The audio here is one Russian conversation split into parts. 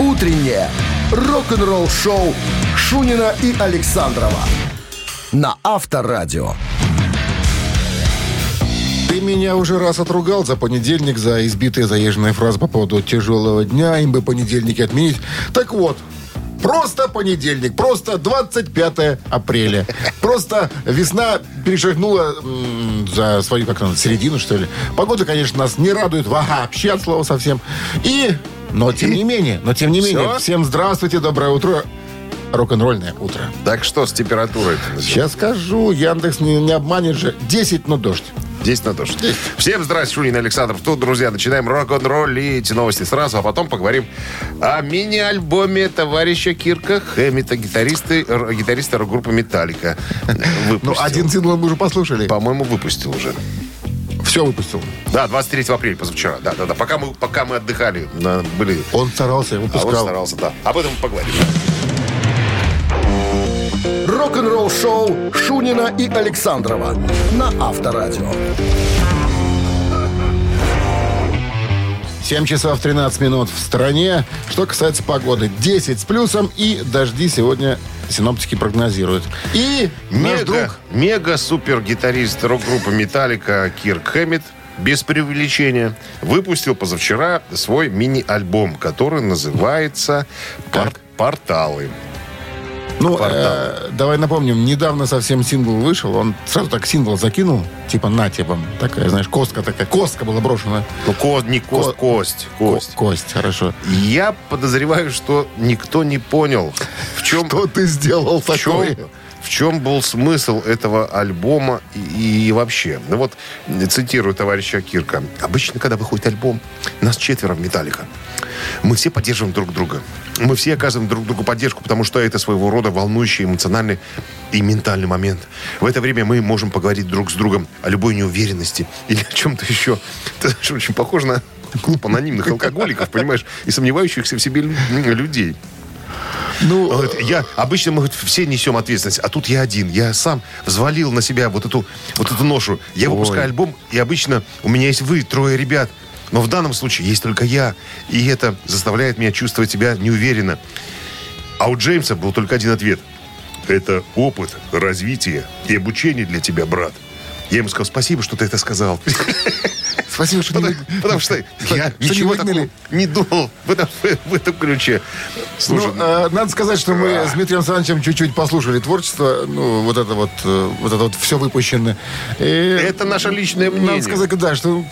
Утреннее рок-н-ролл-шоу Шунина и Александрова на Авторадио. Ты меня уже раз отругал за понедельник, за избитые заезженные фразы по поводу тяжелого дня. Им бы понедельники отменить. Так вот, просто понедельник, просто 25 апреля. Просто весна перешагнула за свою, середину, что ли. Погода, конечно, нас не радует вообще от слова совсем. Но тем не менее, всем здравствуйте, доброе утро. Рок-н-ролльное утро. Так что с температурой? Сейчас скажу, Яндекс не обманет же. 10, но дождь. 10 на дождь. Всем здрасте, Шунин Александров. Тут, друзья, начинаем рок-н-ролл и эти новости сразу, а потом поговорим о мини-альбоме товарища Кирка Хэммита, гитариста рок-группы «Металлика». Ну, один сингл мы уже послушали. По-моему, выпустил уже. Все выпустил. Да, 23 апреля, позавчера. Да. Пока мы отдыхали, были... Он старался, выпускал. Он старался, да. Об этом поговорим. Рок-н-ролл-шоу Шунина и Александрова на Авторадио. 7 часов 13 минут в стране. Что касается погоды, 10 с плюсом, и дожди сегодня синоптики прогнозируют. И мега-супер-гитарист рок-группы «Металлика» Кирк Хэммит, без преувеличения, выпустил позавчера свой мини-альбом, который называется «Порталы». Ну, давай напомним, недавно совсем сингл вышел, он сразу так сингл закинул, типа, такая, знаешь, костка была брошена. Ну, кость. Кость, хорошо. Я подозреваю, что никто не понял, что ты сделал такое. В чем был смысл этого альбома и вообще. Ну вот, цитирую товарища Кирка. Обычно, когда выходит альбом, нас 4 в «Металлика». Мы все поддерживаем друг друга. Мы все оказываем друг другу поддержку, потому что это своего рода волнующий, эмоциональный и ментальный момент. В это время мы можем поговорить друг с другом о любой неуверенности или о чем-то еще. Это знаешь, очень похоже на клуб анонимных алкоголиков, понимаешь, и сомневающихся в себе людей. Обычно мы все несем ответственность, а тут я один. Я сам взвалил на себя вот эту ношу. Я выпускаю альбом, и обычно у меня есть вы, 3 ребят. Но в данном случае есть только я. И это заставляет меня чувствовать себя неуверенно. А у Джеймса был только один ответ. Это опыт, развитие и обучение для тебя, брат. Я ему сказал, спасибо, что ты это сказал. Спасибо, что потому что я ничего такого не думал в этом ключе. Слушай, надо сказать, что мы с Дмитрием Александровичем чуть-чуть послушали творчество. Вот это все выпущено. Это наше личное мнение. Надо сказать, да, что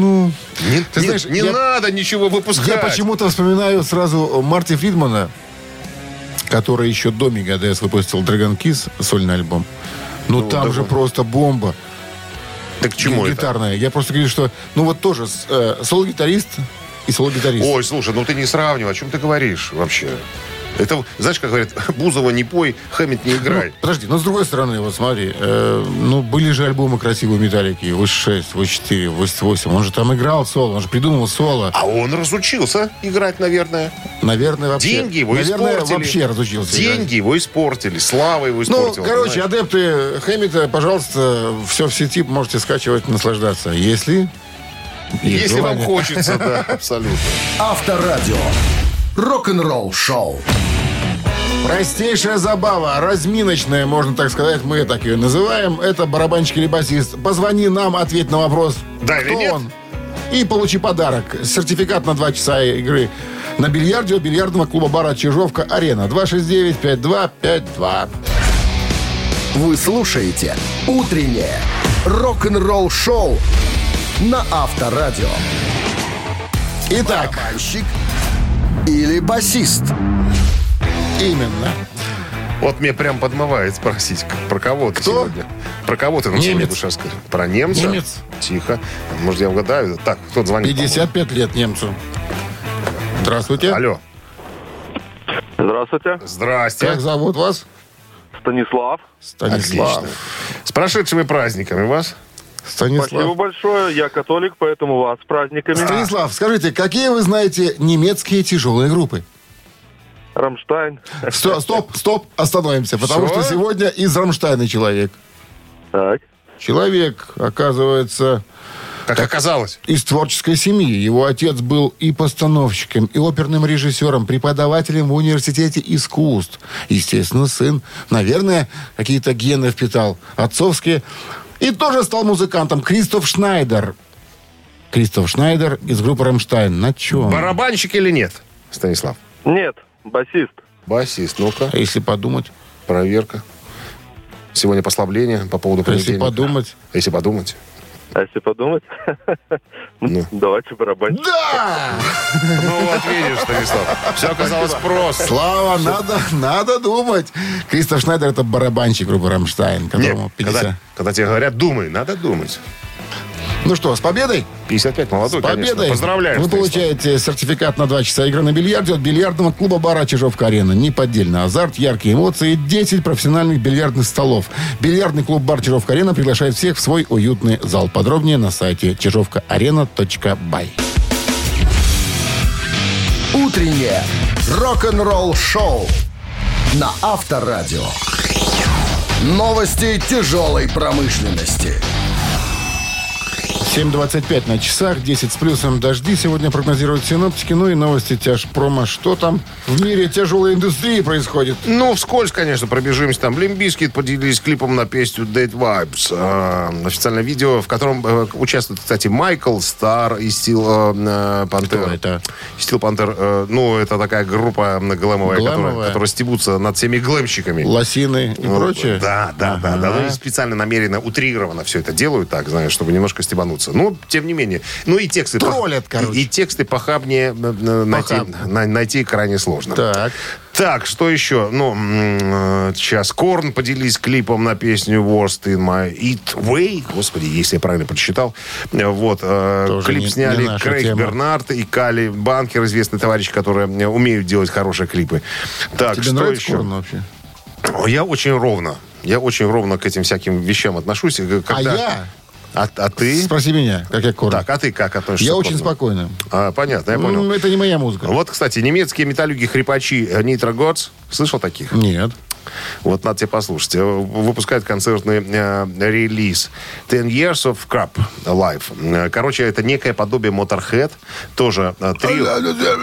не надо ничего выпускать. Я почему-то вспоминаю сразу Марти Фридмана, который еще до Мегадес выпустил Dragon Kiss, сольный альбом. Там же просто бомба. Так к чему гитарная. Я просто говорю, что тоже соло-гитарист и соло-гитарист. Ой, слушай, ты не сравнивай. О чем ты говоришь вообще? Это, знаешь, как говорят, Бузова не пой, Хэммит не играй. Подожди, с другой стороны, вот смотри, были же альбомы красивые «Металлики», «В6», «В4», «В8». Он же там играл соло, он же придумал соло. А он разучился играть, наверное. Наверное, вообще. Деньги его испортили. Вообще разучился играть. Деньги его испортили, слава его испортила. Адепты Хэммита, пожалуйста, все в сети можете скачивать, наслаждаться. Если вам хочется, да, абсолютно. Авторадио. Рок-н-ролл шоу. Простейшая забава, разминочная, можно так сказать, мы так ее называем. Это барабанщик или басист. Позвони нам, ответь на вопрос, да кто или нет? он. И получи подарок. Сертификат на 2 часа игры на бильярде у бильярдного клуба-бара «Чижовка-Арена». 269-5252. Вы слушаете «Утреннее рок-н-ролл-шоу» на Авторадио. Итак, барабанщик или басист? Именно. Вот мне прям подмывает спросить, про кого ты сегодня? Про кого ты на сегодня будешь рассказывать? Про немца? Немец. Тихо. Может, я угадаю? Так, кто звонит? 55 лет немцу. Здравствуйте. Алло. Здравствуйте. Здрасте. Как зовут вас? Станислав. Отлично. С прошедшими праздниками вас. Станислав. Спасибо большое. Я католик, поэтому вас с праздниками. Станислав, скажите, какие вы знаете немецкие тяжелые группы? Рамштайн. Стоп, остановимся, потому что сегодня из Рамштайна человек. Так. Человек, оказывается, Как оказалось. Из творческой семьи. Его отец был и постановщиком, и оперным режиссером, преподавателем в университете искусств. Естественно, сын, наверное, какие-то гены впитал отцовские. И тоже стал музыкантом. Кристоф Шнайдер из группы «Рамштайн». На чем? Барабанщик или нет, Станислав? Нет, басист. Басист, ну-ка. А если подумать? Проверка. Сегодня послабление по поводу Если понедельника. подумать? Если подумать. А если подумать? Ну. Давайте барабанщик. Да! Ну вот видишь, Станислав. Все оказалось просто. Слава, надо думать. Кристоф Шнайдер — это барабанщик группы «Рамштайн», которому Нет, 50. когда тебе говорят, думай, надо думать. Ну что, с победой? 55 молодой, С победой! конечно. Поздравляю, Вы Станислав. получаете сертификат на 2 часа игры на бильярде от бильярдного клуба-бара «Чижовка-арена». Неподдельный азарт, яркие эмоции, 10 профессиональных бильярдных столов. Бильярдный клуб-бар «Чижовка-арена» приглашает всех в свой уютный зал. Подробнее на сайте чижовкаарена.бай. Утреннее рок-н-ролл-шоу на Авторадио. Новости тяжелой промышленности. 7:25 на часах, 10 с плюсом дожди. Сегодня прогнозируют синоптики. Ну и новости тяжпрома. Что там в мире тяжелой индустрии происходит? Ну, вскользь, конечно, пробежимся. Там Limp Bizkit поделились клипом на песню Dead Vibes. Официальное видео, в котором участвует, кстати, Майкл Стар и Steel Panther. Кто это? Steel Panther, ну, это такая группа глэмовая, которая стебутся над всеми глэмщиками. Лосины и прочее? Да. Ну, и специально, намеренно, утрированно все это делают так, знаешь, чтобы немножко стебануться. Но, тем не менее. Ну, и тексты... Троллят, короче. И тексты похабнее найти крайне сложно. Так, что еще? Ну, сейчас Корн поделились клипом на песню Worst in My It Way. Господи, если я правильно прочитал. Вот. Клип сняли Крейг тема. Бернард и Кали Банкер, известные товарищи, которые умеют делать хорошие клипы. Так, Тебе что нравится еще? Корн вообще? Я очень ровно к этим всяким вещам отношусь. Когда... А ты? Спроси меня, как я к Корну. Так, а ты как относишься? Я к очень Корну? спокойно. Понятно, я понял. Это не моя музыка. Вот, кстати, немецкие металлюги-хрипачи Nitro Gods. Слышал таких? Нет. Вот надо тебе послушать. Выпускают концертный релиз 10 Years of Crap Live. Короче, это некое подобие Motorhead. Тоже трио.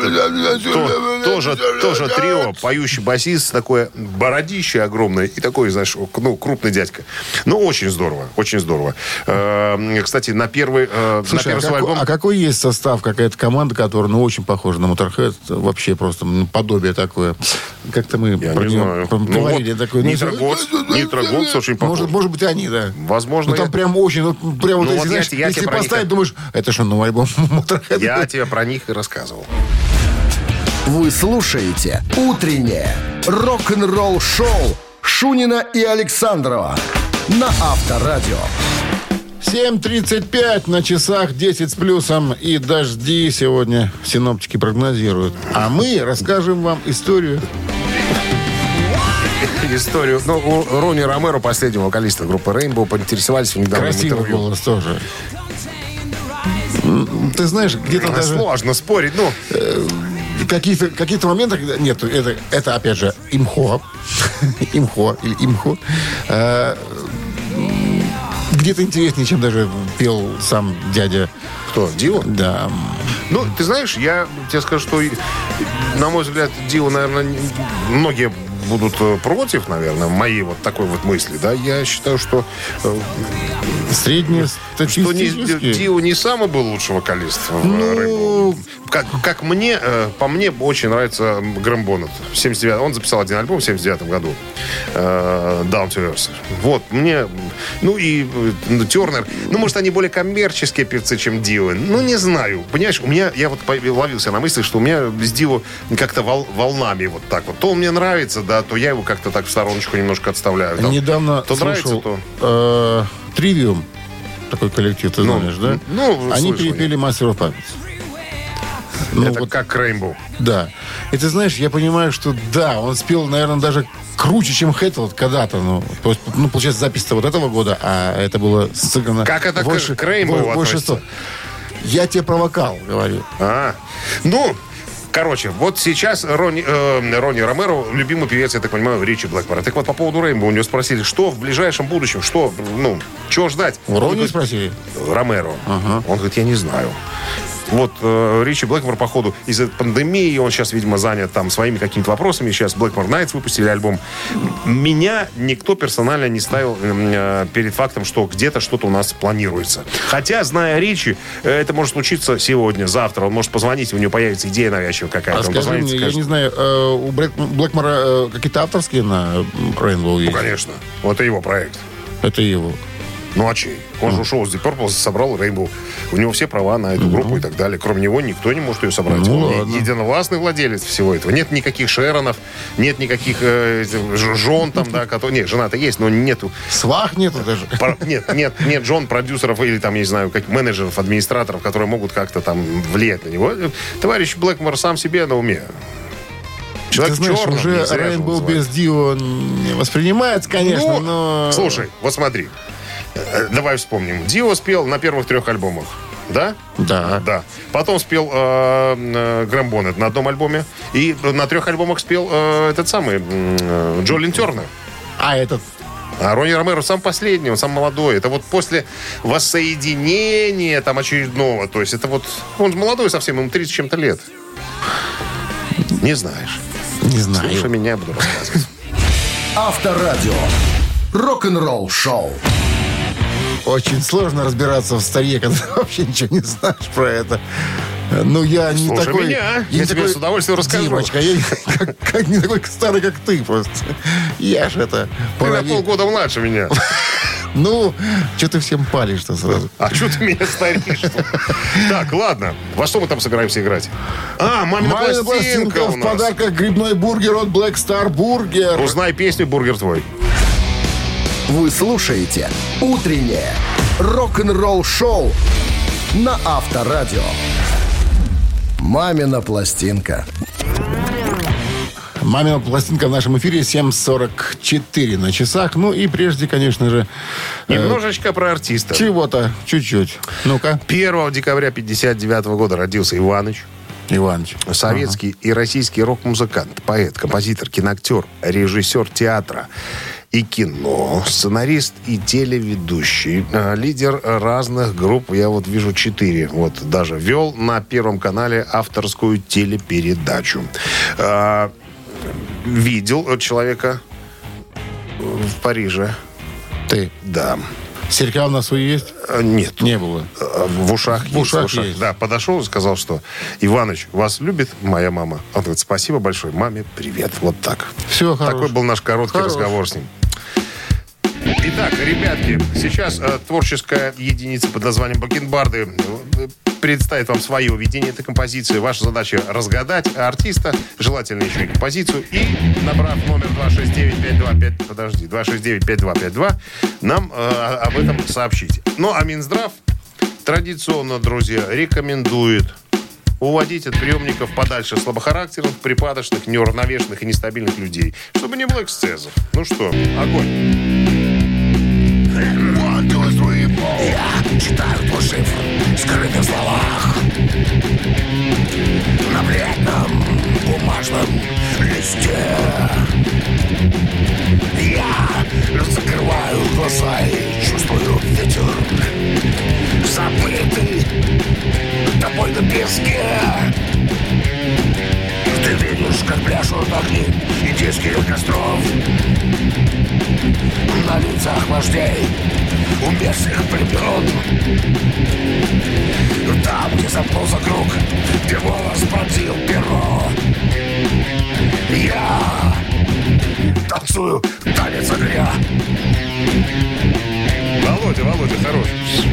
Тоже трио. Поющий басист, такое бородище огромное. И такой, знаешь, ну, крупный дядька. Ну, очень здорово. Очень здорово. Кстати, на первый Слушай, свой альбом... а какой есть состав, какая-то команда, которая, ну, очень похожа на Motorhead? Вообще просто подобие такое. Как-то мы Я про не него знаю. говорили. Такой, Nitro Gods очень похож. Может быть, они, да. Возможно, Ну, там прям очень... Вот, прям вот, Ну, если, вот знаешь, я если тебе про них- поставить, думаешь, это что, новый альбом Motorhead? Я тебе про них и рассказывал. Вы слушаете «Утреннее рок-н-ролл-шоу» Шунина и Александрова на Авторадио. 7:35 на часах, 10 с плюсом и дожди сегодня синоптики прогнозируют. А мы расскажем вам историю. Историю. Ну, у Рони Ромеро, последнего вокалиста группы Rainbow, поинтересовались в недавнем Красивый интервью. голос тоже. Ты знаешь, где-то даже... Сложно спорить, ну. Какие-то моменты... Нет, это опять же, имхо. Имхо или имхо. Где-то интереснее, чем даже пел сам дядя. Кто, Дио? Да. Ну, ты знаешь, я тебе скажу, что, на мой взгляд, Дио, наверное, многие будут против, наверное, моей вот такой вот мысли, да. Я считаю, что... Среднестатистически. Дио не самый был лучший вокалист в Rainbow. Как мне, по мне, очень нравится Грэм Боннет. 79, он записал один альбом в 79 году. Down to Earth. Вот, мне... Ну и Тернер. Ну, может, они более коммерческие певцы, чем Дио. Ну, не знаю. Понимаешь, я вот ловился на мысли, что у меня с Дио как-то волнами вот так вот. То он мне нравится, да, то я его как-то так в стороночку немножко отставляю. Там, Недавно то слушал нравится, Тривиум. Такой коллектив, ты знаешь, да? Ну, Они слышал я. перепели Master of Puppets. Это как Rainbow. Да. И ты знаешь, я понимаю, что да, он спел, наверное, даже круче, чем Хэттл когда-то. Ну, получается, запись-то вот этого года, а это было сыграно... Как это к Rainbow относится? Я тебе про вокал говорю. Ну, Короче, вот сейчас Ронни Ромеро, любимый певец, я так понимаю, Ричи Блэкмора. Так вот, по поводу Рейнбоу у него спросили, что в ближайшем будущем, чего ждать? Ронни спросили? Ромеро. Ага. Он говорит, я не знаю. Вот Ричи Блэкмор, походу, из-за пандемии, он сейчас, видимо, занят там своими какими-то вопросами. Сейчас Блэкмор Найтс выпустили альбом. Меня никто персонально не ставил перед фактом, что где-то что-то у нас планируется. Хотя, зная Ричи, это может случиться сегодня, завтра. Он может позвонить, у него появится идея навязчивая какая-то. А скажи мне, я не знаю, у Блэкмора какие-то авторские на Rainbow есть? Ну, конечно. Вот это его проект. Это его. Ну, а чей? Он же ушел с Deep Purple, собрал Rainbow. У него все права на эту группу и так далее. Кроме него никто не может ее собрать. Он единовластный владелец всего этого. Нет никаких Шеронов, нет никаких жен там, да, которые... Нет, жена-то есть, но нету... Свах нету даже. Нет жен, продюсеров или там, я не знаю, как менеджеров, администраторов, которые могут как-то там влиять на него. Товарищ Блэкмор сам себе на уме. Человек ты знаешь, черный, уже Rainbow без Дио не воспринимается, конечно, но... Слушай, вот смотри. Давай вспомним. Дио спел на первых 3 альбомах. Да? Да. Потом спел Грэм Боннет на одном альбоме. И на 3 альбомах спел этот самый Джолин Тернер. А этот... А Ронни Ромеро сам последний, он сам молодой. Это вот после воссоединения там очередного. То есть это вот... Он же молодой совсем, ему 30 с чем-то лет. Не знаешь. Не знаю. Слушай меня, я буду рассказывать. Авторадио. Рок-н-ролл шоу. Очень сложно разбираться в старье, когда вообще ничего не знаешь про это. Ну, я не Слушай такой... меня, я тебе с удовольствием расскажу. Димочка, я не такой старый, как ты просто. Я ж это... Ты на полгода младше меня. Ну, что ты всем палишь-то сразу? А что ты меня старишь? Так, ладно. Во что мы там собираемся играть? Мамина пластинка у в нас. подарках грибной бургер от Black Star Burger. Узнай песню «Бургер твой». Вы слушаете «Утреннее рок-н-ролл-шоу» на Авторадио. «Мамина пластинка». Мамина пластинка в нашем эфире 7:44 на часах. Ну и прежде, конечно же... Немножечко про артиста. Чего-то, чуть-чуть. Ну-ка. 1 декабря 1959 года родился Иваныч. Иваныч. Советский и российский рок-музыкант, поэт, композитор, киноактер, режиссер театра и кино, сценарист и телеведущий, лидер разных групп, я вот вижу 4, вот даже вел на Первом канале авторскую телепередачу. Видел человека в Париже. Ты? Да. Серьга у нас есть? Нет. Не было. В ушах есть. В ушах есть. Да, подошел и сказал, что Иваныч, вас любит моя мама. Он говорит, спасибо большое. Маме привет. Вот так. Все, хорошо. Такой был наш короткий разговор с ним. Итак, ребятки, сейчас творческая единица под названием «Бакенбарды» представит вам свое видение этой композиции. Ваша задача разгадать артиста, желательно еще и композицию. И, набрав номер 269-5252, нам об этом сообщить. Ну, а Минздрав традиционно, друзья, рекомендует уводить от приемников подальше слабохарактерных, припадочных, неуравновешенных и нестабильных людей, чтобы не было эксцессов. Ну что, огонь. Я читаю твой шифр, скрытый в словах, на бледном бумажном листе. Я закрываю глаза и чувствую ветер, забытый тобой на песке. Ты видишь, как пляшут огни индийских костров на лицах вождей умерших племен. Там, где замкнулся круг, где волос пронзил перо, я танцую танец огня. Володя, хорош.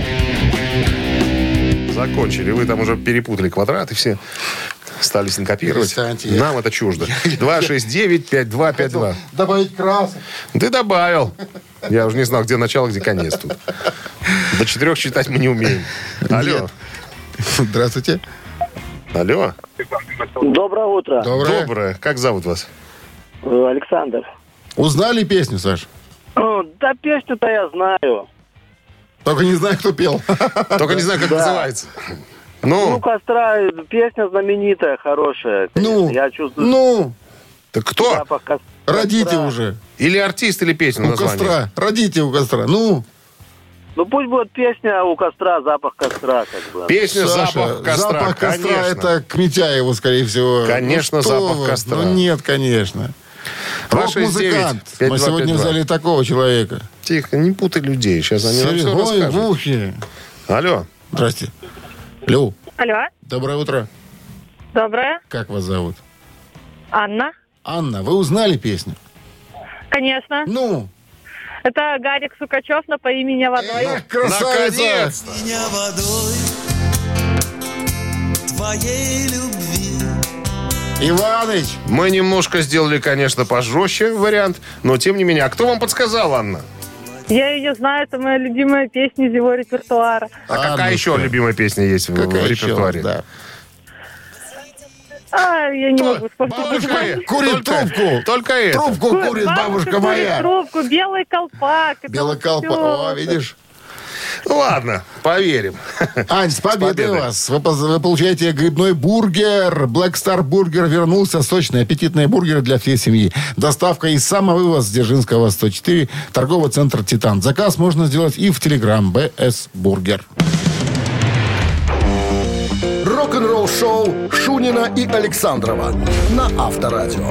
Закончили. Вы там уже перепутали квадраты все. Стали синкопировать. Нам это чуждо. 269-5252. Добавить красок. Ты добавил. Я уже не знал, где начало, где конец тут. До 4 читать мы не умеем. Алло. Здравствуйте. Алло. Доброе утро. Доброе. Как зовут вас? Александр. Узнали песню, Саш? Да песню-то я знаю. Только не знаю, кто пел. Только не знаю, как называется. Ну, «Костра» песня знаменитая, хорошая. Ну, Я чувствую ну, Так кто? запах костра. родите уже. Или артист, или песня У название? костра. Родите у костра. Ну, Ну, пусть будет песня «У костра», «Запах костра», как бы. Песня Саша, «Запах костра». запах костра Конечно. это к Митяеву, скорее всего. Конечно, Ну, что запах вы? костра. Ну, нет, конечно. 269-5252. Рок-музыкант. Мы сегодня взяли такого человека. Тихо, не путай людей. Сейчас они нам все Серегой в расскажут. ухе. Алло. Здрасте. Лю, Алло, доброе утро. доброе. Как вас зовут? Анна. Анна, вы узнали песню? Конечно. Ну, Это Гарик Сукачев на «По имени водой». эх, красавица. Наконец-то. Меня водой твоей любви. Иваныч, Мы немножко сделали, конечно, пожестче вариант, но тем не менее. А кто вам подсказал, Анна? Я ее знаю, это моя любимая песня из его репертуара. А какая Аннушка. еще любимая песня есть в какая репертуаре? еще? Да. Я не могу вспомнить. Бабушка Курит трубку. Только это. Трубку курит бабушка курит моя. трубку, белый колпак. Это Белый вот колпак. всё. О, видишь? Ну ладно, поверим. Ань, с победой победой. вас. Вы получаете грибной бургер. Black Star Burger вернулся. Сочные, аппетитные бургеры для всей семьи. Доставка и самовывоз с Дзержинского, 104. Торговый центр «Титан». Заказ можно сделать и в Телеграм. БС Бургер. Рок-н-ролл-шоу Шунина и Александрова на Авторадио.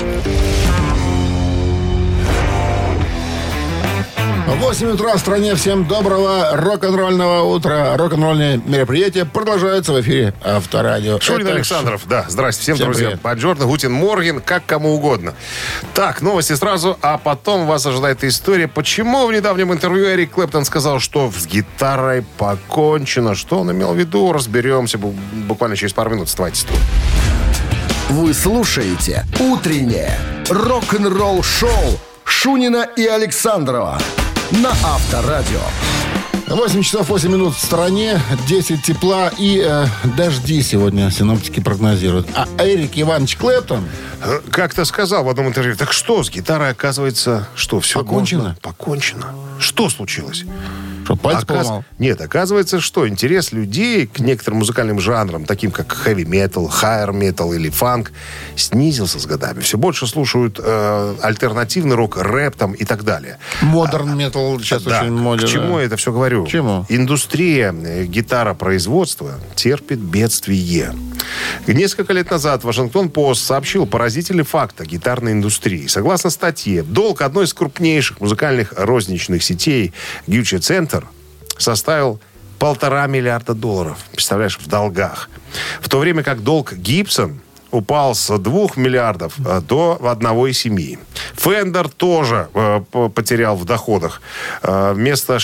8 утра в стране. Всем доброго рок-н-ролльного утра. Рок-н-ролльные мероприятия продолжаются в эфире Авторадио. Шурин Это Александров, да. Здрасте всем, Всем друзья. привет. Бонжорно, гутен морген, как кому угодно. Так, новости сразу, а потом вас ожидает история, почему в недавнем интервью Эрик Клэптон сказал, что с гитарой покончено. Что он имел в виду, разберемся буквально через пару минут. Оставайтесь тут. Вы слушаете «Утреннее рок-н-ролл-шоу» Шунина и Александрова на Авторадио. 8 часов 8 минут в стране, 10 тепла и дожди сегодня синоптики прогнозируют. А Эрик Иванович Клэптон Как-то сказал в одном интервью, так что, с гитарой, оказывается, что, все Покончено? можно? Покончено. Что случилось? что, пальцы поломал? Нет, оказывается, что интерес людей к некоторым музыкальным жанрам, таким как хэви-метал, хайр-метал или фанк, снизился с годами. Все больше слушают альтернативный рок, рэп там и так далее. Модерн метал сейчас Да, очень моден. к чему да. я это все говорю? К чему? Индустрия гитаропроизводства терпит бедствие. Несколько лет назад Вашингтон-Пост сообщил поразительный факт о гитарной индустрии. Согласно статье, долг одной из крупнейших музыкальных розничных сетей Gucci Center составил $1,5 миллиарда. Представляешь, в долгах. В то время как долг Gibson упал с 2 миллиардов до 1,7. Фендер тоже потерял в доходах. Вместо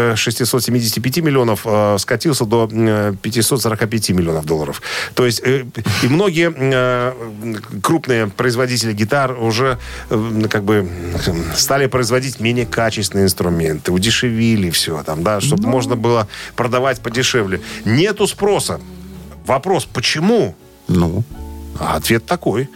675 миллионов скатился до 545 миллионов долларов. То есть и многие крупные производители гитар уже как бы стали производить менее качественные инструменты, удешевили все там, да, чтобы можно было продавать подешевле. Нету спроса. Вопрос, почему? Ну, А ответ такой.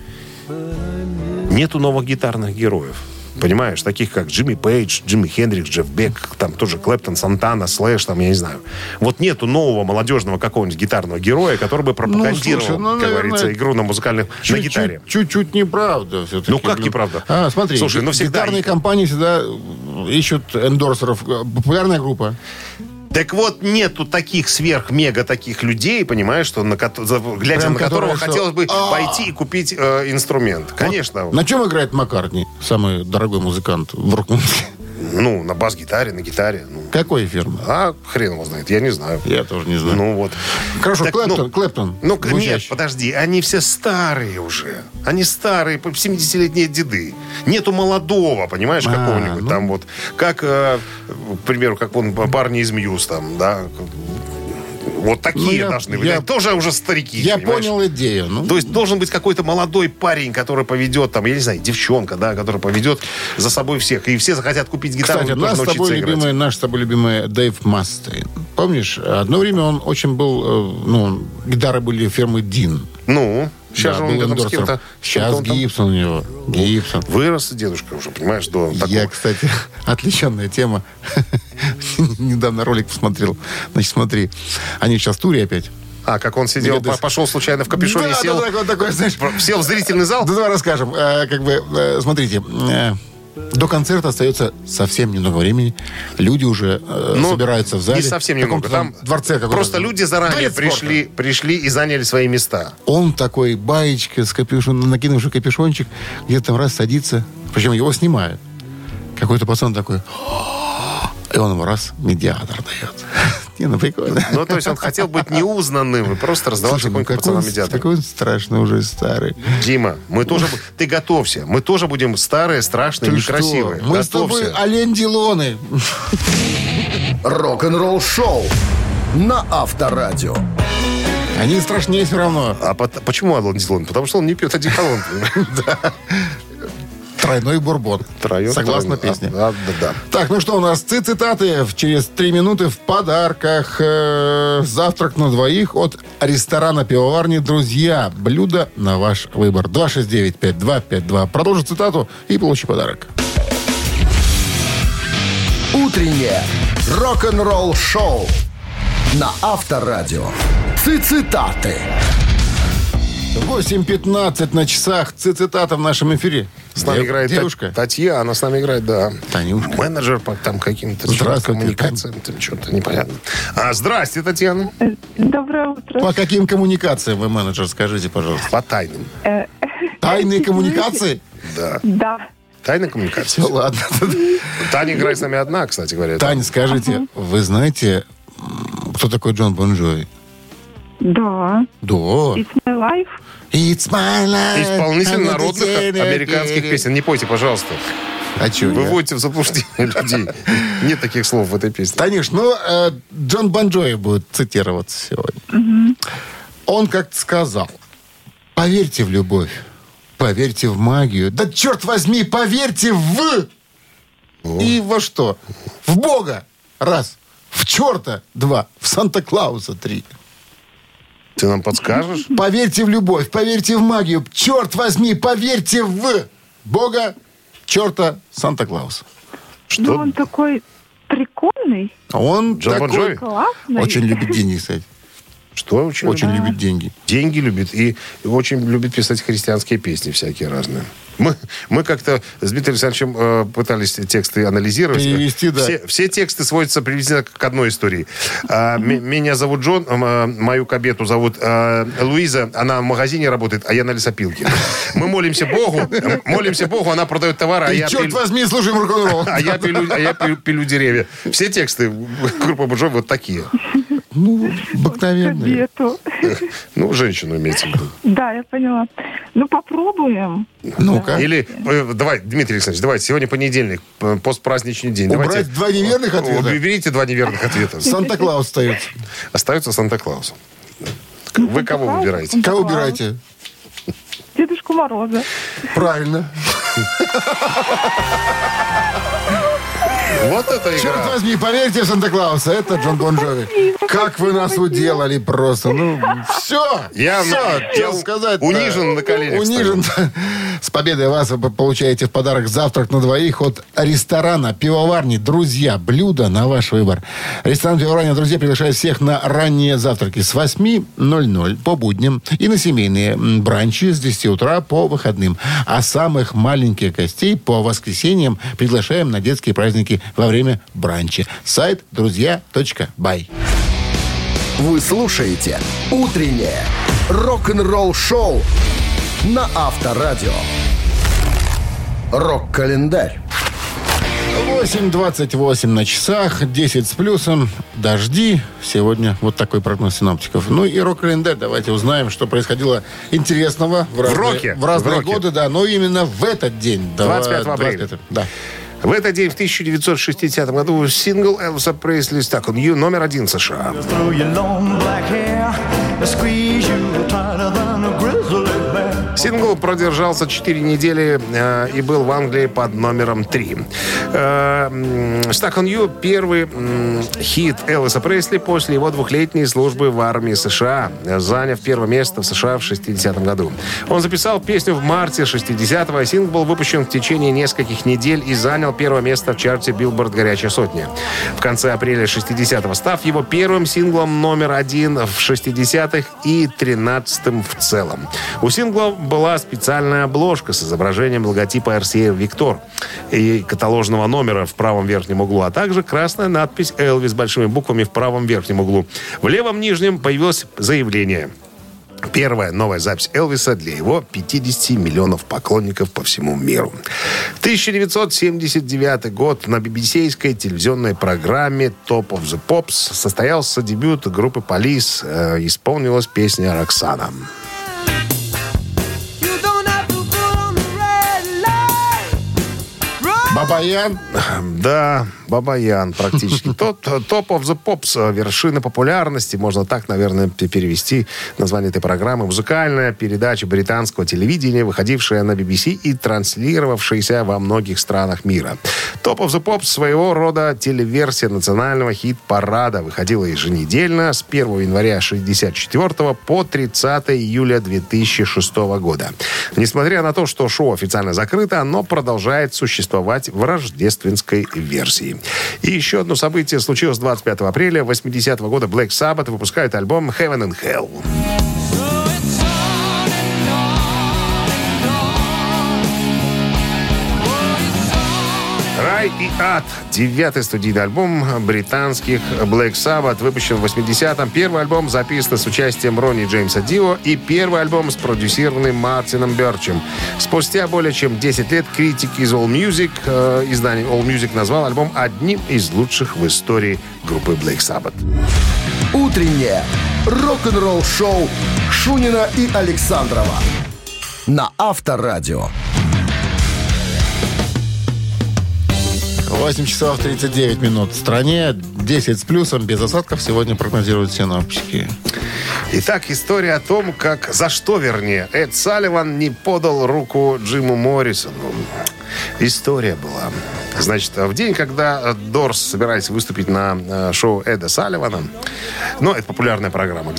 Нету новых гитарных героев. Понимаешь, таких как Джимми Пейдж, Джимми Хендрикс, Джефф Бек, там тоже Клэптон, Сантана, Слэш, там, я не знаю. Вот нету нового молодежного какого-нибудь гитарного героя, который бы пропагандировал, слушай, как наверное, говорится, игру на музыкальных, на гитаре. Чуть-чуть неправда все-таки. Ну, как неправда? Смотри, Слушай, ну, всегда гитарные их- компании всегда ищут эндорсеров. Популярная группа. Так вот, нету таких сверх-мега таких людей, понимаешь, что глядя Прям на которого которые, что- хотелось бы пойти и купить инструмент. Конечно. На чем играет Маккартни? Самый дорогой музыкант в рок-музыке. Ну, на бас-гитаре, на гитаре. Ну. Какой фирмы? А хрен его знает, я не знаю. Я тоже не знаю. Ну вот. Хорошо, Так, Клэптон. Ну, нет, звучащий. подожди, они все старые уже. Они старые, 70-летние деды. Нету молодого, понимаешь, какого-нибудь ну. там вот. Как, к примеру, как вон парни из Мьюз там, да. Вот такие я- должны быть. я- Они тоже уже старики, Я понимаешь? понял идею. Ну, То есть должен быть какой-то молодой парень, который поведет, там, я не знаю, девчонка, да, который поведет за собой всех. И все захотят купить гитару, кстати, тоже научиться играть. наш с тобой любимый Дэйв Мастейн. Помнишь, одно время он очень был, гитары были фирмы Дин. Ну, сейчас же он был рядом с эндорсером. кем-то... Сейчас он там Гибсон у него. Гибсон. Вырос дедушка уже, понимаешь, до такого. Я, кстати, отличенная тема. Недавно ролик посмотрел. Значит, смотри, они сейчас в туре опять. Как он сидел, пошел случайно в капюшоне, Да, сел, вот такой, знаешь. сел в зрительный зал? Да, давай расскажем. Смотрите, до концерта остается совсем немного времени. Люди уже собираются в зале. Не совсем немного. Там дворце каком-то. Просто люди заранее пришли и заняли свои места. Он такой, баечка с капюшоном, накинувший капюшончик, где-то там раз садится. Причем его снимают. Какой-то пацан такой... И он ему раз медиатор дает. Не, прикольно. Ну, то есть он хотел быть неузнанным и просто раздавал тихонько пацанам медиатор. Какой он страшный уже старый. Дима, мы тоже... Ты готовься. Мы тоже будем старые, страшные, некрасивые. Что? Мы с тобой Ален Делоны. Рок-н-ролл шоу на Авторадио. Они страшнее все равно. А почему Ален Делон? Потому что он не пьет одеколон. Да. Тройной бурбон. Согласно песне. Да. Так, ну что у нас? Цитаты через 3 минуты в подарках. Завтрак на двоих от ресторана-пивоварни «Друзья». Блюдо на ваш выбор. 269-5252. Продолжи цитату и получи подарок. Утреннее рок-н-ролл шоу на Авторадио. Цитаты. 8:15 на часах. Цитата в нашем эфире. С нами играет девушка. Татьяна, с нами играет, да. Танюшка. Менеджер по там каким-то коммуникациям, там что-то непонятно. Здрасте, Татьяна. Доброе утро. По каким коммуникациям вы менеджер, скажите, пожалуйста? По тайным. Тайные коммуникации? Да. Да. Тайная коммуникация. Все, ладно. Таня играет с нами одна, кстати говоря. Таня, скажите, вы знаете, кто такой Джон Бон Джови? Да. Да. It's my life. It's my life. Исполнитель народных американских песен. Не пойте, пожалуйста. А что? Вы вводите в заблуждение людей. Нет таких слов в этой песне. Танюш, Джон Бон Джови будет цитироваться сегодня. Он как-то сказал: поверьте в любовь, поверьте в магию. Да черт возьми, поверьте в... И во что? В Бога. Раз. В черта. Два. В Санта-Клауса. Три. Ты нам подскажешь? Поверьте в любовь, поверьте в магию. Черт возьми, поверьте в Бога, черта, Санта-Клауса. Что? Ну, он такой прикольный. Он Джон Бон Джови? Классный. очень любит деньги, кстати. Что очень любит деньги. Деньги любит и очень любит писать христианские песни всякие разные. Мы как-то с Дмитрием Александровичем пытались тексты анализировать. Перевести, да. Все тексты сводятся приблизительно к одной истории. Меня зовут Джон, мою кобету зовут Луиза, она в магазине работает, а я на лесопилке. Мы молимся Богу, она продает товары, а И я черт возьми, слушаем рок-н-ролл. а я пилю деревья. Все тексты группы Бон Джови вот такие. Ну, обыкновенные. Кабету. Ну, женщину имеется в виду. Да, я поняла. Ну, попробуем. Ну-ка. Или, давай, Дмитрий Александрович, давайте, сегодня понедельник, постпраздничный день. Убрать Давайте, 2 неверных ответа. уберите 2 неверных ответа. Санта-Клаус остается. Остается Санта-Клаус. Вы кого выбираете? Кого убираете? Дедушку Мороза. Правильно. Вот это Черт игра. возьми, поверьте в Санта-Клауса. Это Джон Бон Джови. Как вы нас уделали просто. Ну, все. Я хотел сказать. унижен на коленях. Унижен. С победой вас вы получаете в подарок завтрак на двоих от ресторана пивоварни «Друзья». Блюдо на ваш выбор. Ресторан пивоварни «Друзья» приглашает всех на ранние завтраки с 8:00 по будням и на семейные бранчи с 10 утра по выходным. А самых маленьких гостей по воскресеньям приглашаем на детские праздники во время бранча. Сайт друзья.бай. Вы слушаете «Утреннее рок-н-ролл-шоу» на Авторадио. Рок-календарь. 8:28 на часах, 10 с плюсом, дожди. Сегодня вот такой прогноз синоптиков. Ну и рок-календарь. Давайте узнаем, что происходило интересного в разные годы. Да, но именно в этот день. 25 апреля. Да. В этот день, в 1960 году, сингл Элвиса Пресли, так он, номер 1 США. Through your long black hair, squeeze you tighter than a grizzly bear. Сингл продержался 4 недели и был в Англии под номером 3. «Stuck on You» — первый хит Элвиса Пресли после его двухлетней службы в армии США, заняв первое место в США в 60-м году. Он записал песню в марте 60-го, а сингл был выпущен в течение нескольких недель и занял первое место в чарте Billboard «Горячая сотня». В конце апреля 60-го, став его первым синглом номер 1 в 60-х и 13-м в целом. У сингла была специальная обложка с изображением логотипа RCA Victor и каталожного номера в правом верхнем углу, а также красная надпись «Элвис» большими буквами в правом верхнем углу. В левом нижнем появилось заявление. Первая новая запись Элвиса для его 50 миллионов поклонников по всему миру. 1979 год. На BBC-ской телевизионной программе Top of the Pops состоялся дебют группы Police. Исполнилась песня «Роксана». Бабаян. Да, Бабаян практически. Top of the Pops. Вершина популярности. Можно так, наверное, перевести название этой программы. Музыкальная передача британского телевидения, выходившая на BBC и транслировавшаяся во многих странах мира. Top of the Pops — своего рода телеверсия национального хит-парада. Выходила еженедельно с 1 января 1964 по 30 июля 2006 года. Несмотря на то, что шоу официально закрыто, оно продолжает существовать в рождественской версии. И еще одно событие случилось 25 апреля 80-го года. Black Sabbath выпускает альбом Heaven and Hell. «Рай и ад» — 9-й студийный альбом британских Black Sabbath, выпущен в 80-м. Первый альбом записан с участием Ронни Джеймса Дио и первый альбом спродюсированный Мартином Бёрчем. Спустя более чем 10 лет критик из издание All Music назвал альбом одним из лучших в истории группы Black Sabbath. Утреннее рок-н-ролл-шоу Шунина и Александрова на Авторадио. 8 часов 39 минут в стране. 10 с плюсом, без осадков сегодня прогнозируют синоптики. Итак, история о том, за что Эд Салливан не подал руку Джиму Моррисону. История была. Значит, в день, когда Дорс собирались выступить на шоу Эда Салливана, это популярная программа,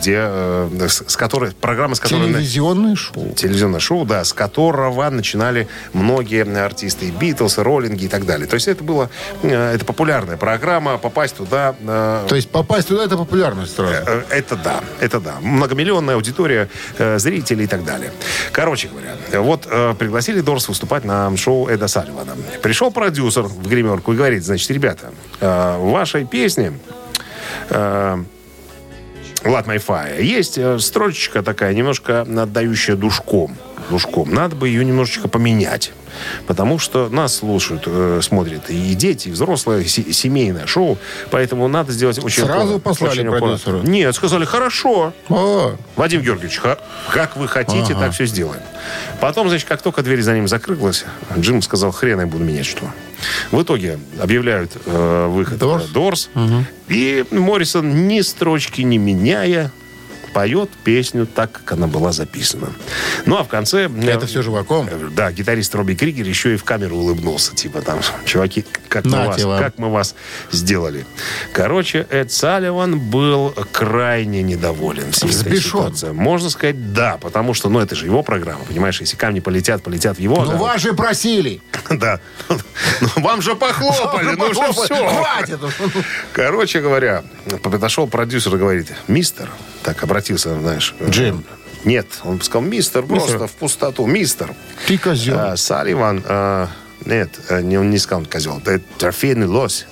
Телевизионное шоу. Телевизионное шоу, да, с которого начинали многие артисты, Битлз, Роллинги и так далее. То есть это популярная программа, попасть туда... То есть попасть туда — это популярность сразу? Это да. Многомиллионная аудитория, зрителей и так далее. Короче говоря, пригласили Дорс выступать на шоу Эда Салливана. Пришел продюсер в гримерку и говорит: значит, ребята, в вашей песне «Light My Fire» есть строчечка такая, немножко отдающая душком. Надо бы ее немножечко поменять. Потому что нас слушают, смотрят и дети, и взрослые, семейное шоу. Поэтому надо сделать очень... Сразу послали продюсеру? Нет, сказали: хорошо. Вадим Георгиевич, как вы хотите, так все сделаем. Потом, значит, как только дверь за ним закрылась, Джим сказал: хрен я буду менять что. В итоге объявляют выход Дорс. И Моррисон, ни строчки не меняя, поет песню так, как она была записана. А в конце... Это все живаком? Да, гитарист Робби Кригер еще и в камеру улыбнулся. Типа там: чуваки, как мы вас сделали. Короче, Эд Салливан был крайне недоволен всей этой ситуацией. Можно сказать, да, потому что, это же его программа, понимаешь? Если камни полетят в его... вас же просили! Да. Вам же похлопали, все. Хватит! Короче говоря, подошел продюсер и говорит: мистер... Так, обратился, знаешь... Джим. Нет, он сказал: мистер, просто в пустоту. Мистер. Ты козел. Салливан... Нет, он не сказал козел. Это трофейный лось.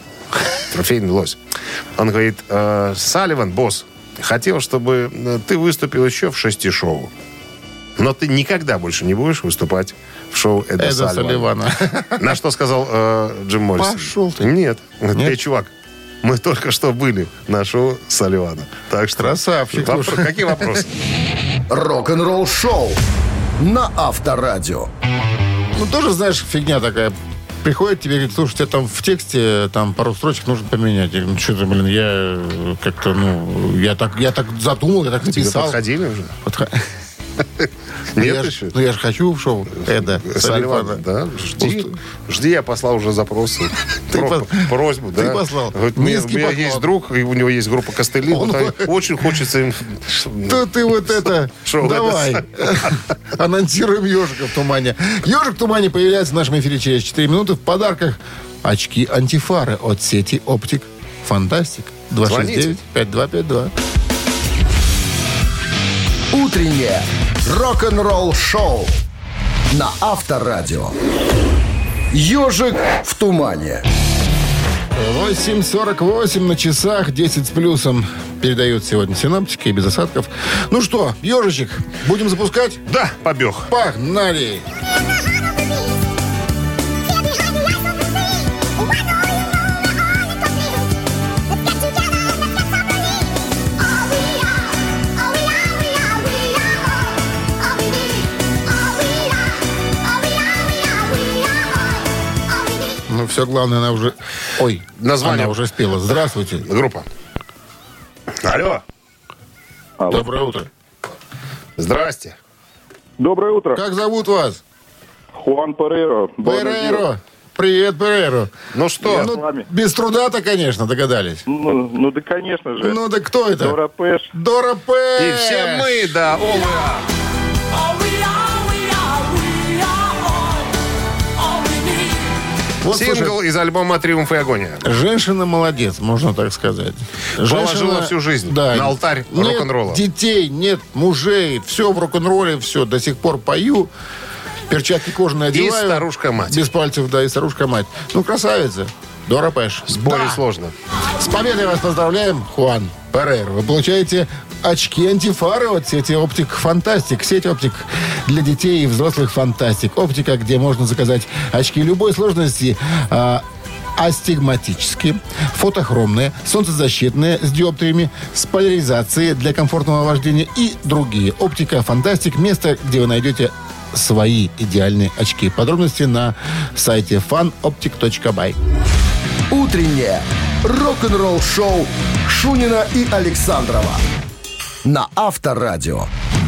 Он говорит: Салливан, босс, хотел, чтобы ты выступил еще в 6 шоу. Но ты никогда больше не будешь выступать в шоу Эда Салливана. На что сказал Джим Моррисон: пошел ты. Нет. Чувак, мы только что были на шоу Салливана. Так что... Красавчик. Какие вопросы? Рок-н-ролл шоу на Авторадио. Тоже, знаешь, фигня такая. Приходит тебе и говорит: слушай, тебе там в тексте пару строчек нужно поменять. Я говорю: что-то, я как-то, я так задумал, я так написал. Тебе подходили уже? Нет еще? Ну, я же хочу в шоу Эда Салливана, да? Жди, я послал уже запрос. Просьбу, да. Ты послал. Вот у меня Низкий есть поклон. друг, и у него есть группа Костыли. Он- Вот очень хочется им... То ты вот это... Шоу Давай. Анонсируем «Ежика в тумане». «Ежик в тумане» появляется в нашем эфире через 4 минуты. В подарках очки-антифары от сети «Оптик». Фантастик. 269-5252. Утреннее рок-н-ролл-шоу на Авторадио. «Ежик в тумане». 8:48 на часах, 10 с плюсом. Передают сегодня синоптики и без осадков. Ну что, ежичек, будем запускать? Да, побег. Погнали! Ну, все главное, она уже... Ой, Название. она уже спела. Здравствуйте. Группа. Алло. Доброе утро. Здрасте. Доброе утро. Как зовут вас? Хуан Перейро. Перейро. Привет, Перейро. Ну что? с вами. Без труда-то, конечно, догадались. Ну да, конечно же. Ну да кто это? Дора Пэш. Дора Пэш. И все мы, да, Вот, слушай, Сингл из альбома «Триумф и агония». женщина молодец, можно так сказать. Положила всю жизнь на алтарь нет рок-н-ролла. Детей, нет мужей, все в рок-н-ролле, все. До сих пор пою. Перчатки кожаные одеваю. И старушка-мать. Без пальцев, да, и старушка-мать. Ну, красавица. Дора Пэш. С Борей Да. сложно. С победой вас поздравляем, Хуан Перейро. Вы получаете очки-антифары от сети «Оптик Фантастик». Сеть «Оптик» для детей и взрослых «Фантастик». Оптика, где можно заказать очки любой сложности, астигматические, фотохромные, солнцезащитные с диоптриями, с поляризацией для комфортного вождения и другие. «Оптика Фантастик» – место, где вы найдете свои идеальные очки. Подробности на сайте fanoptic.by. Утреннее рок-н-ролл-шоу Шунина и Александрова на Авторадио.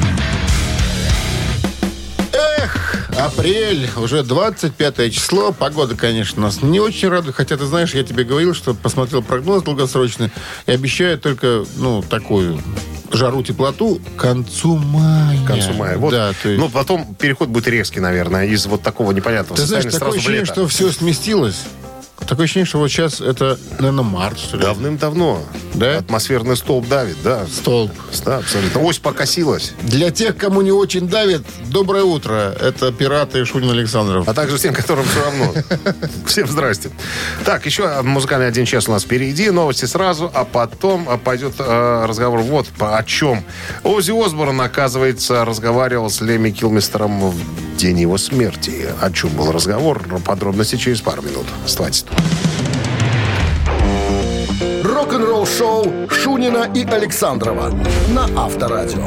Апрель, уже 25 число. Погода, конечно, нас не очень радует. Хотя, ты знаешь, я тебе говорил, что посмотрел прогноз долгосрочный и обещают только, такую жару, теплоту к концу мая. К концу мая. Вот. Да, то есть... Ну, потом переход будет резкий, наверное, из вот такого непонятного Ты знаешь, состояния такое сразу в ощущение, лето. что все сместилось. Такое ощущение, что вот сейчас это, наверное, март, что ли. Давным-давно. Да? Атмосферный столб давит, да. Столб. Да, абсолютно. Ось покосилась. Для тех, кому не очень давит, доброе утро. Это пираты Шунин Александров. А также всем, которым все равно. Всем здрасте. Так, еще музыкальный 1 час у нас впереди. Новости сразу, а потом пойдет разговор вот о чем. Оззи Осборн, оказывается, разговаривал с Лемми Килмистером в день его смерти. О чем был разговор? Подробности через пару минут. Оставайтесь тут. Рок-н-ролл-шоу Шунина и Александрова на Авторадио.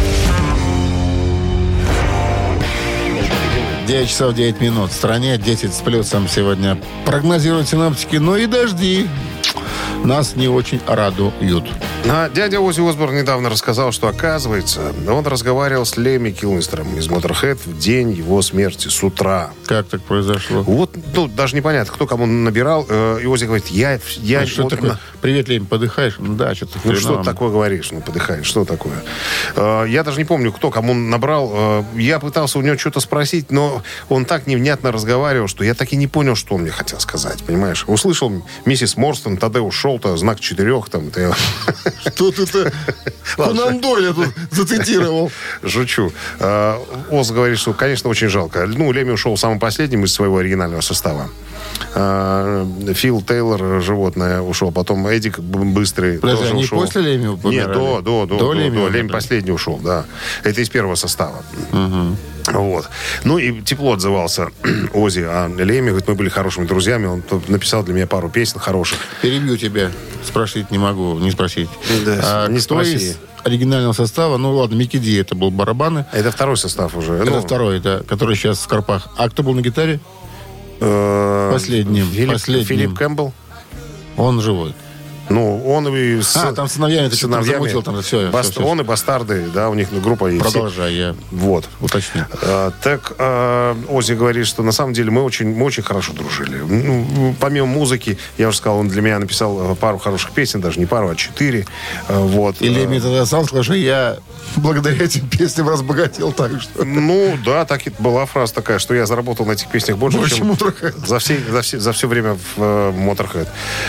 9 часов 9 минут. В стране 10 с плюсом сегодня прогнозируют синоптики. Но и дожди нас не очень радуют. А дядя Оззи Осборн недавно рассказал, что, оказывается, он разговаривал с Лемми Килмистером из Motorhead в день его смерти с утра. Как так произошло? Вот, даже непонятно, кто кому набирал. И Оззи говорит, я Что вот такое? Привет, Лень, подыхаешь? Ну да, что-то Ну, что ты такое говоришь? Ну, подыхаешь, что такое? Я даже не помню, кто кому набрал. Я пытался у него что-то спросить, но он так невнятно разговаривал, что я так и не понял, что он мне хотел сказать, понимаешь? Услышал миссис Морстон, Тадеуш Шолта, знак 4, там. Что ты-то? Конан Дойля тут зацитировал. Жучу. Оз говорит, что, конечно, очень жалко. Ну, Лемми ушел самым последним из своего оригинального состава. Фил Тейлор, животное, ушел. Потом Эдик Быстрый Подожди, тоже они ушел. после Лемми умирали? Нет, до Лемми. Лемми последний ушел, да. Это из первого состава. Вот. Ну и тепло отзывался Оззи о Лемми. Говорит, мы были хорошими друзьями. Он написал для меня пару песен хороших. Перебью тебя. Спросить не могу, не спросить. Да, не кто спроси. из оригинального состава? Ну ладно, Микки Ди, это был барабаны. Это второй состав уже. Это второй, да, который сейчас в Карпах. А кто был на гитаре? Последним. Филипп Кэмпбелл. Он живой. Ну, он и там сыновьями ты что-то замутил, там все. Он и бастарды, да, у них группа есть. Продолжай, я вот. уточню. Так Оззи говорит, что на самом деле мы очень хорошо дружили. Ну, помимо музыки, я уже сказал, он для меня написал пару хороших песен, даже не пару, а 4. Вот. И Леми тогда сам скажи, я благодаря этим песням разбогател так что. Ну, да, так и была фраза такая, что я заработал на этих песнях больше, чем Motorhead. за все время в Motorhead.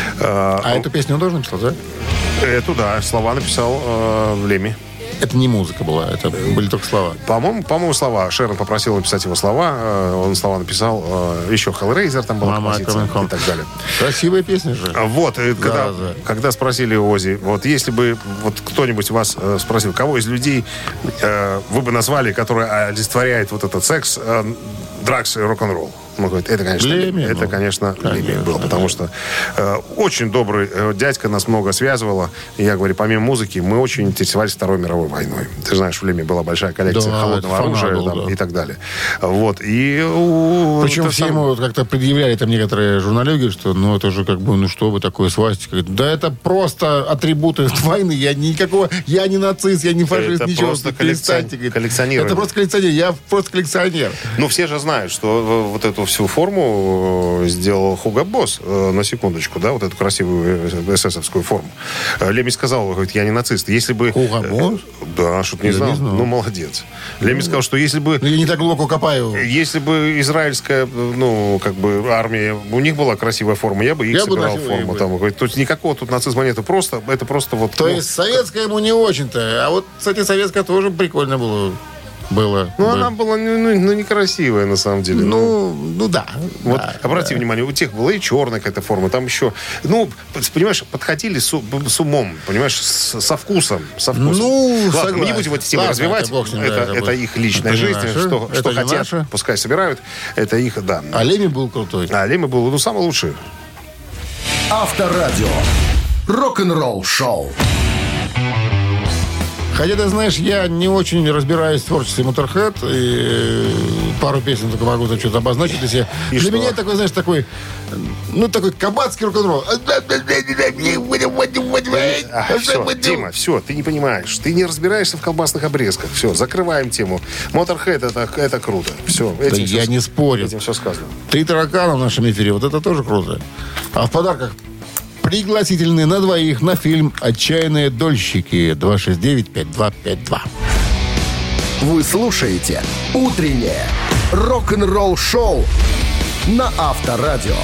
Эту песню он тоже написал, да? Эту, да, слова написал Леми. Это не музыка была, это были только слова. По-моему, слова. Шерон попросил написать его слова. Он слова написал. Еще Hellraiser там была композиция и так далее. Красивая песня же. Вот, когда спросили Оззи, вот если бы вот кто-нибудь вас спросил, кого из людей вы бы назвали, который олицетворяет вот этот секс, драгс и рок-н-ролл? Он говорит, это, конечно, Леми был, потому что очень добрый дядька, нас много связывало. И я говорю, помимо музыки, мы очень интересовались Второй мировой войной. Ты знаешь, в Леми была большая коллекция холодного оружия и так далее. Вот. Причем все ему как-то предъявляли там некоторые журналюги, что это же как бы, что вы такое, свастика. Да это просто атрибуты войны. Я не нацист, я не фашист, это ничего. Просто коллекционирование. Это просто коллекционер, я просто коллекционер. Ну, все же знают, что вот эту всю форму сделал Хуго Босс, на секундочку, да, вот эту красивую эсэсовскую форму. Леми сказал, говорит, я не нацист. Если бы... Хуго Босс? Да, что-то не знал. Ну, молодец. Леми сказал, что если бы... Я не так глубоко копаю. Если бы израильская, армия, у них была красивая форма, я бы их собирал форму. Там, говорит, то есть никакого тут нацизма нет, это просто вот... То есть советская ему не очень-то. А вот, кстати, советская тоже прикольно было. Она была некрасивая, на самом деле. Да. Вот, обрати внимание, у тех была и черная какая-то форма, там еще... понимаешь, подходили с умом, понимаешь, со вкусом. Ладно, мы не будем эти темы развивать. Это их личная жизнь. Что хотят, пускай собирают. Это их, да. А Леми был крутой. Леми был, самый лучший. Авторадио. Рок-н-ролл шоу. Хотя, ты знаешь, я не очень разбираюсь в творчестве Motorhead, и пару песен только могу там что-то обозначить. Для меня это такой, знаешь, такой кабацкий рок-н-ролл. Все, Дима, все, ты не понимаешь. Ты не разбираешься в колбасных обрезках. Все, закрываем тему. Motorhead это круто. Все, я не спорю. Этим все сказано. 3 таракана в нашем эфире, вот это тоже круто. А в подарках пригласительные на двоих на фильм «Отчаянные дольщики». 269-5252. Вы слушаете «Утреннее рок-н-ролл-шоу» на Авторадио.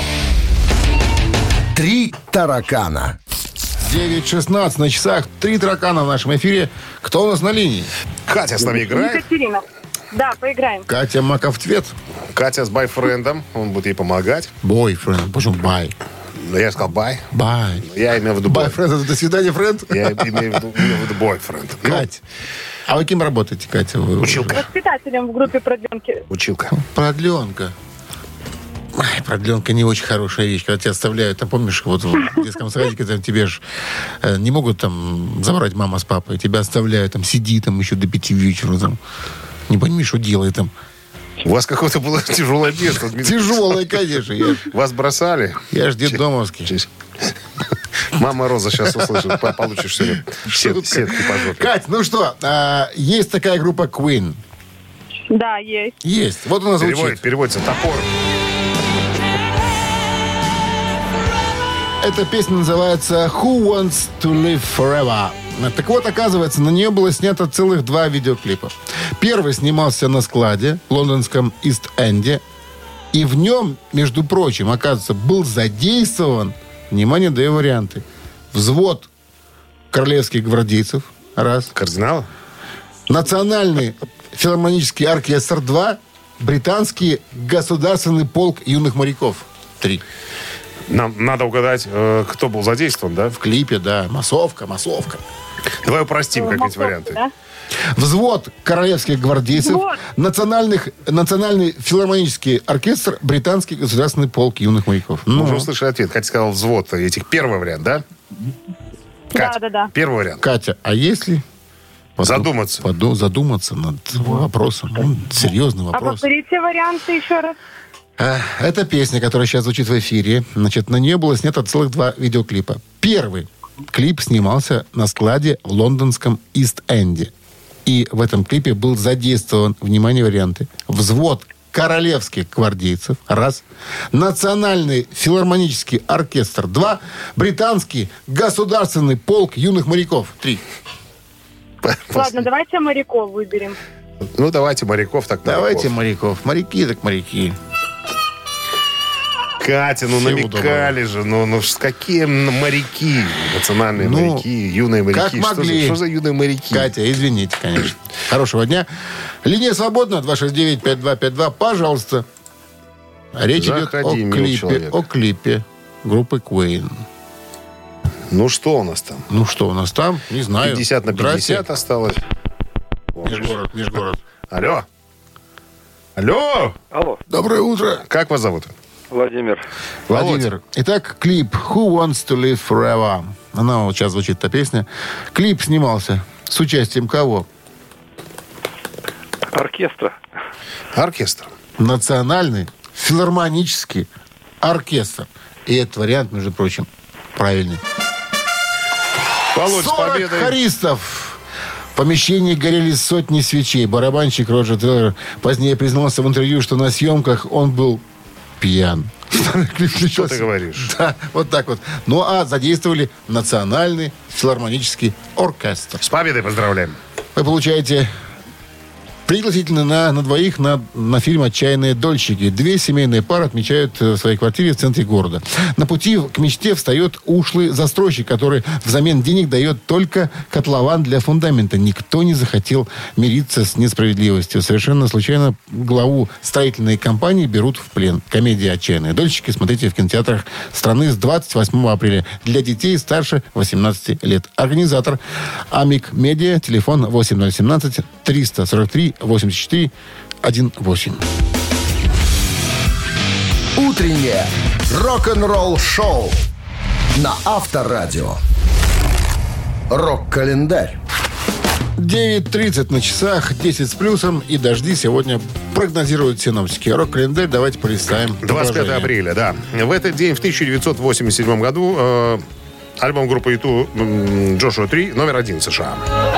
3 таракана. 9:16 на часах. 3 таракана в нашем эфире. Кто у нас на линии? Катя с нами играет. Екатерина. Да, поиграем. Катя Маковцвет. Катя с байфрендом. Он будет ей помогать. Бойфренд. Почему бай? Я сказал бай. Бай. Я имею в виду бойфренд. Это до свидания, френд? Я имею в виду бойфренд. Кать, а вы кем работаете, Катя? Училка. Воспитателем в группе продленки. Училка. Продленка. Продленка не очень хорошая вещь, когда тебя оставляют, там, помнишь, вот в детском садике там тебе же не могут там забрать мама с папой, тебя оставляют, там, сиди там еще до 5 вечера, там, не понимаешь, что делает там. У вас какое-то было тяжелое детство, Дмитрий. Тяжелое, конечно. Вас бросали? Я ж детдомовский. Мама Роза сейчас услышит, получишь сегодня сетки по жопе. Кать, ну что, есть такая группа Queen. Да, есть. Есть. Вот у нас звучит. Переводится топор. Эта песня называется «Who Wants to Live Forever». Так вот, оказывается, на нее было снято целых 2 видеоклипа. Первый снимался на складе в лондонском Ист-Энде. И в нем, между прочим, оказывается, был задействован, внимание, даю варианты, взвод королевских гвардейцев, раз. Кардинал? Национальный филармонический оркестр, 2. Британский государственный полк юных моряков, 3. Нам надо угадать, кто был задействован, да? В клипе, да. Массовка. Давай упростим какие-нибудь варианты. Да? Взвод королевских гвардейцев, национальный филармонический оркестр, британский государственный полк юных моряков. Мы уже услышали ответ. Катя сказала взвод этих. Первый вариант, да? Катя, Да. Первый вариант. Катя, а если... Задуматься. Задуматься над вопросом. Серьезный А вопрос. повторите варианты еще раз. Это песня, которая сейчас звучит в эфире. Значит, на нее было снято целых 2 видеоклипа. Первый клип снимался на складе в лондонском Ист-Энде. И в этом клипе был задействован, внимание, варианты, взвод королевских гвардейцев, раз, Национальный филармонический оркестр, 2, Британский государственный полк юных моряков, 3. Ладно, давайте моряков выберем. Ну, давайте моряков, так Давайте моряков. Моряки так моряки. Катя, ну Всего намекали же, ну какие моряки, национальные моряки, юные моряки. Как могли. Что за юные моряки? Катя, извините, конечно. Хорошего дня. Линия свободна, 269-5252, пожалуйста. Речь Заходи, идет о клипе группы Queen. Ну, что у нас там? Не знаю. 50 на 50 осталось. Нижгород. Алло. Алло, Доброе утро. Как вас зовут? Владимир. Владимир. Итак, клип «Who Wants to Live Forever». Она вот сейчас звучит, эта песня. Клип снимался с участием кого? Оркестра. Оркестр. Национальный филармонический оркестр. И этот вариант, между прочим, правильный. Володь, с 40 победой. хористов. В помещении горели сотни свечей. Барабанщик Роджер Тейлор позднее признался в интервью, что на съемках он был пьян. Что ты говоришь? Да, вот так вот. Ну, а задействовали Национальный филармонический оркестр. С победой поздравляем. Вы получаете пригласительно на двоих на фильм «Отчаянные дольщики». 2 семейные пары отмечают в своей квартире в центре города. На пути к мечте встает ушлый застройщик, который взамен денег дает только котлован для фундамента. Никто не захотел мириться с несправедливостью. Совершенно случайно главу строительной компании берут в плен. Комедия «Отчаянные дольщики» смотрите в кинотеатрах страны с 28 апреля. Для детей старше 18 лет. Организатор Амик Медиа. Телефон 8017 343 84 18. Утреннее рок-н-ролл-шоу на Авторадио. Рок-календарь. 9:30 на часах, 10 с плюсом, и дожди сегодня прогнозируют синоптики. Рок-календарь давайте полистаем. 25 апреля, да. В этот день, в 1987 году, альбом группы U2 Joshua Tree номер 1 в США.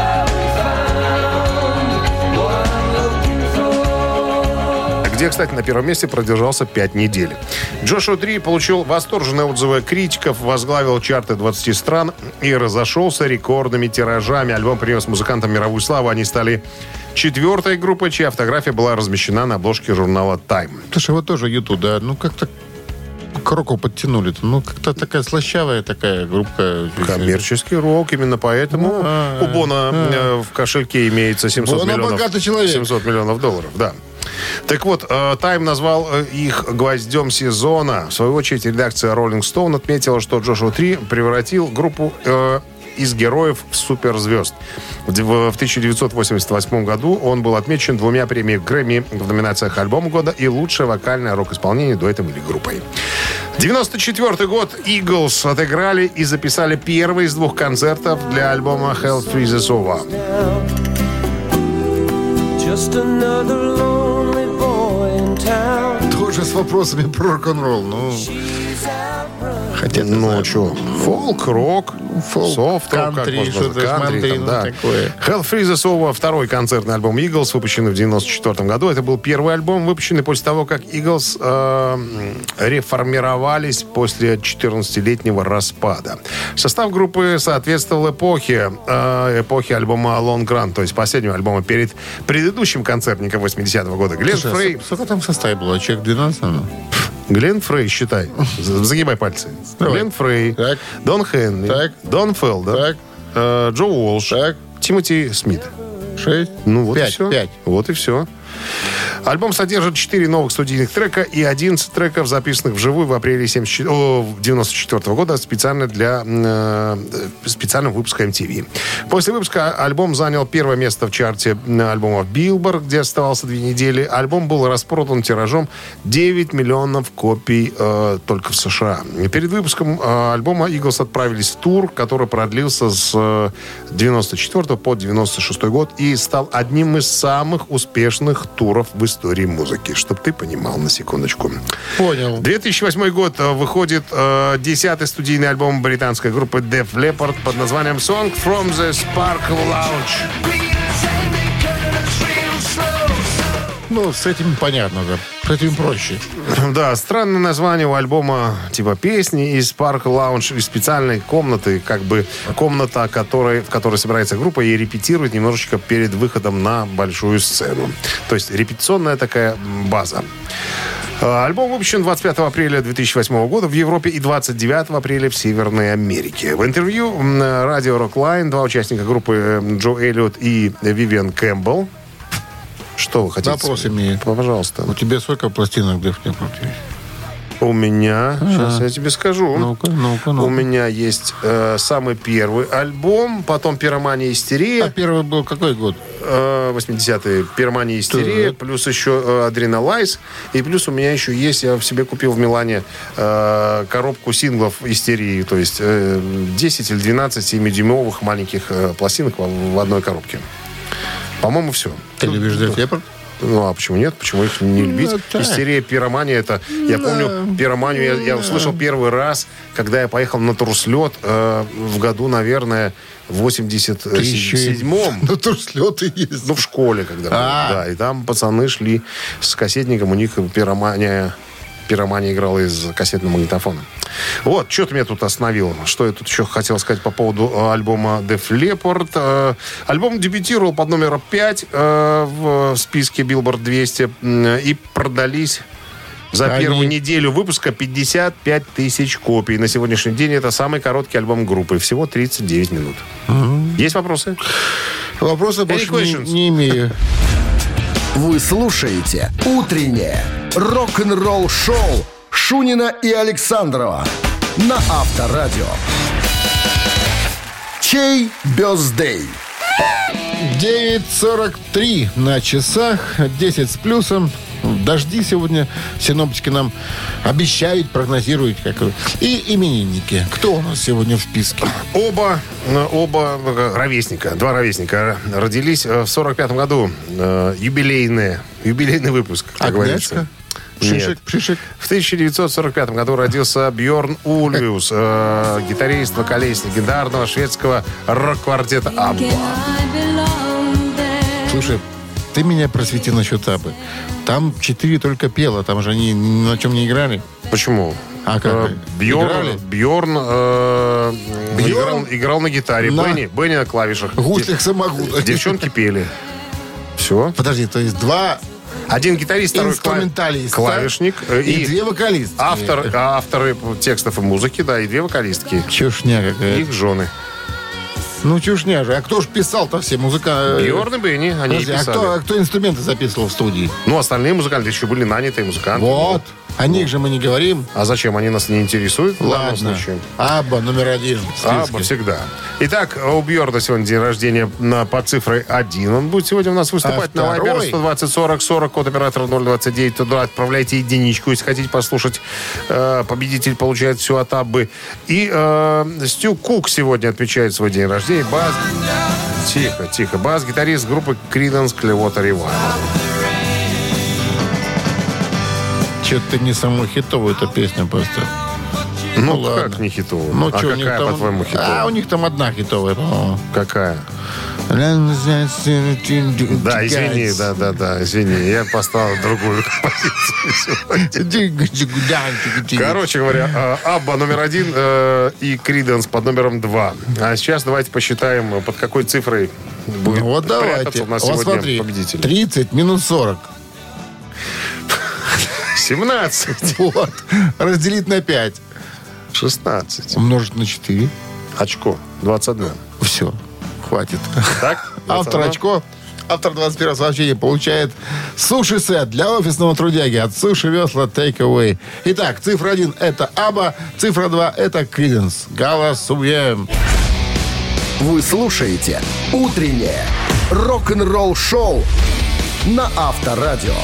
Где, кстати, на первом месте продержался 5 недель. Joshua Tree получил восторженные отзывы критиков, возглавил чарты 20 стран и разошелся рекордными тиражами. Альбом принес музыкантам мировую славу. Они стали 4-й группой, чья фотография была размещена на обложке журнала Time. Слушай, вот тоже YouTube, да, ну как-то к року подтянули-то. Ну, как-то такая слащавая такая группа. Коммерческий рок, именно поэтому у Бона в кошельке имеется 700 миллионов долларов, да. Так вот, Time назвал их гвоздем сезона. В свою очередь, редакция Rolling Stone отметила, что Joshua Tree превратил группу из героев в суперзвезд. В 1988 году он был отмечен 2 премиями Грэмми в номинациях «Альбом года» и «Лучшее вокальное рок-исполнение дуэтом или группой». 94 год. Eagles отыграли и записали первый из 2 концертов для альбома Hell Freezes Over. Тоже с вопросами про рок-н-ролл. Ну, хотя что? Фолк, рок, софт, кантри, что-то кантри, да. такое. Hell Freezes Over, 2-й концертный альбом Eagles, выпущенный в 94 году. Это был первый альбом, выпущенный после того, как Eagles реформировались после 14-летнего распада. Состав группы соответствовал эпохе альбома Long Run, то есть последнего альбома перед предыдущим концертником 80-го года. Глен Фрей. Сколько там в составе было? Человек 12, наверное? Глен Фрей, считай. Загибай пальцы. Давай. Глен Фрей, Так. Дон Хенли, Так. Дон Фелдер, Джо Уолш, Так. Тимоти Смит. 6? Ну вот 5, и все. 5. Вот и все. Альбом содержит 4 новых студийных трека и 11 треков, записанных вживую в апреле 1994 года специально для специального выпуска MTV. После выпуска альбом занял 1 место в чарте альбомов Billboard, где оставался 2 недели. Альбом был распродан тиражом 9 миллионов копий только в США. Перед выпуском альбома Eagles отправились в тур, который продлился с 94 по 96 год и стал одним из самых успешных туров в истории музыки. Чтоб ты понимал, на секундочку. Понял. 2008 год выходит 10-й студийный альбом британской группы Def Leppard под названием Song from the Sparkle Lounge. Ну, с этим понятно, да. С этим проще. Да, странное название у альбома, типа песни из Sparkle Lounge, из специальной комнаты, как бы комната, в которой собирается группа и репетирует немножечко перед выходом на большую сцену. То есть репетиционная такая база. Альбом выпущен 25 апреля 2008 года в Европе и 29 апреля в Северной Америке. В интервью радио Rockline два участника группы Джо Эллиот и Вивиан Кэмпбелл. Что вы хотите? Вопрос имею. Пожалуйста. У тебя сколько пластинок Def Leppard есть? У меня, сейчас я тебе скажу. Ну-ка. У меня есть самый первый альбом, потом «Пиромания и истерия». А первый был какой год? 80-е. «Пиромания и истерия», Так. плюс еще «Адреналайз». И плюс у меня еще есть, я в себе купил в Милане коробку синглов «Истерии». То есть 10 или 12 7-дюймовых маленьких пластинок в одной коробке. По-моему, все. Ты любишь Def Leppard? Ну, а почему нет? Почему их не любить? так. Истерия, пиромания, это... Я помню, пироманию я услышал первый раз, когда я поехал на турслет в году, наверное, в 87-м. Ну, турслеты есть. Ну, в школе, когда был. Да, и там пацаны шли с кассетником, у них пиромания играла из кассетного магнитофона. Вот, что ты меня тут остановил. Что я тут еще хотел сказать по поводу альбома Def Leppard. Альбом дебютировал под номером 5 в списке Billboard 200 и продались за первую неделю выпуска 55 тысяч копий. На сегодняшний день это самый короткий альбом группы. Всего 39 минут. Есть вопросы? Вопросов больше не имею. Вы слушаете «Утреннее рок-н-ролл-шоу» Шунина и Александрова на Авторадио. Чей бёздей? 9:43 на часах, 10 с плюсом. Дожди сегодня синоптики нам обещают, прогнозируют. И именинники. Кто у нас сегодня в списке? Оба ровесника, два ровесника родились в 45-м году. Юбилейный выпуск, как говорится. Пшишек. В 1945 году родился Бьорн Ульвиус, гитарист, вокалист легендарного шведского рок-квартета Абба. Слушай, ты меня просвети насчет Аббы. Там 4 только пела, там же они ни на чем не играли. Почему? А как? Бьорн играл на гитаре, Бенни на клавишах. Гуслях самогуна. Девчонки пели. Все. Подожди, то есть два один гитарист, второй инструменталист, клавишник. И две вокалистки. Авторы текстов и музыки, да, и две вокалистки. Чушня какая-то. Их жены. Ну, чушня же. А кто же писал-то все музыканты? Бьорн и Бенни, они писали. А кто инструменты записывал в студии? Ну, остальные музыканты еще были нанятые музыканты. Вот. О них же мы не говорим. А зачем? Они нас не интересуют? Ладно. Абба номер 1. Абба всегда. Итак, у Бьорна сегодня день рождения под цифрой 1. Он будет сегодня у нас выступать на Вайбер 120-40-40, код оператора 029. Туда отправляйте единичку, если хотите послушать. Победитель получает все от Аббы. И Стю Кук сегодня отмечает свой день рождения. Тихо. Бас-гитарист группы Creedence Clearwater Revival. Что-то не самую хитовую эта песня просто. Ну ладно. Как не хитовая? Ну, а какая, там... по-твоему, хитовая? У них там одна хитовая, по-моему. Какая? Да, извини, извини. Я поставил другую композицию. Короче говоря, Абба номер 1 и Creedence под номером 2. А сейчас давайте посчитаем, под какой цифрой будет вот давайте. у нас сегодня смотри, победитель. 30 минус 40. 17. Вот. Разделить на 5. 16. Умножить на 4. Очко. 21. Все. Хватит. Так? Автор очко. Автор 21 сообщения получает суши-сет для офисного трудяги от Суши Весла Take Away. Итак, цифра 1 это Абба, цифра 2 это Creedence. Голосуем. Вы слушаете «Утреннее рок-н-ролл-шоу» на Авторадио.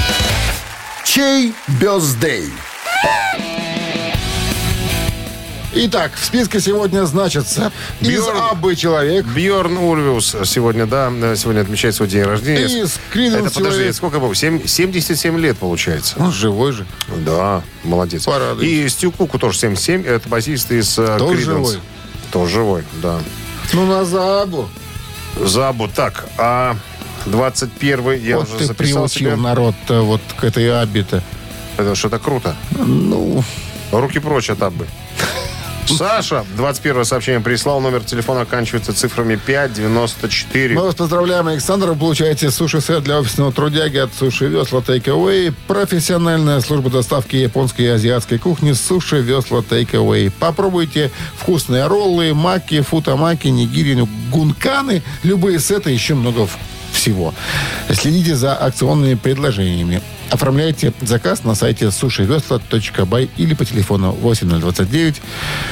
Чей бёздей? Итак, в списке сегодня значится из Аббы человек. Бьорн Ульвиус сегодня отмечает свой день рождения. Из Криденс Это, подожди, человек. сколько было? 77 лет, получается. Он живой же. Да, молодец. Порадуйся. И Стю Куку тоже 77. Это басист из Тоже Криденс. живой. Тоже живой, да. Ну, на Забу. Забу. Так, а 21-й я Вот уже ты записал приучил себе. народ-то вот к этой Аббе-то. Это что-то круто. Ну, Руки прочь от Аббы. Саша 21 сообщение прислал. Номер телефона оканчивается цифрами 594. мы вас поздравляем, Александр. Вы получаете суши-сет для офисного трудяги от Суши Весла Take Away. Профессиональная служба доставки японской и азиатской кухни Суши Весла Take Away. Попробуйте вкусные роллы, маки, футамаки, нигири, гунканы. Любые сеты, еще много всего. Следите за акционными предложениями. Оформляйте заказ на сайте sushivesla.by или по телефону 8029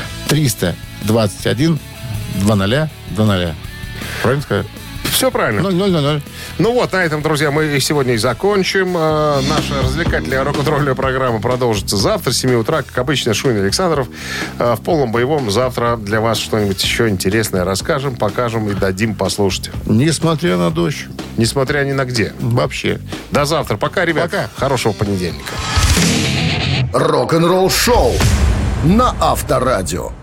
321 2000. Правильно сказать? Все правильно. 0000. Ну вот, на этом, друзья, мы сегодня и закончим. Наша развлекательная рок-н-ролльная программа продолжится завтра с 7 утра. Как обычно, Шунин Александров в полном боевом. Завтра для вас что-нибудь еще интересное расскажем, покажем и дадим послушать. Несмотря на дождь. Несмотря ни на где. Вообще. До завтра. Пока, ребят. Пока. Хорошего понедельника. Рок-н-ролл шоу на Авторадио.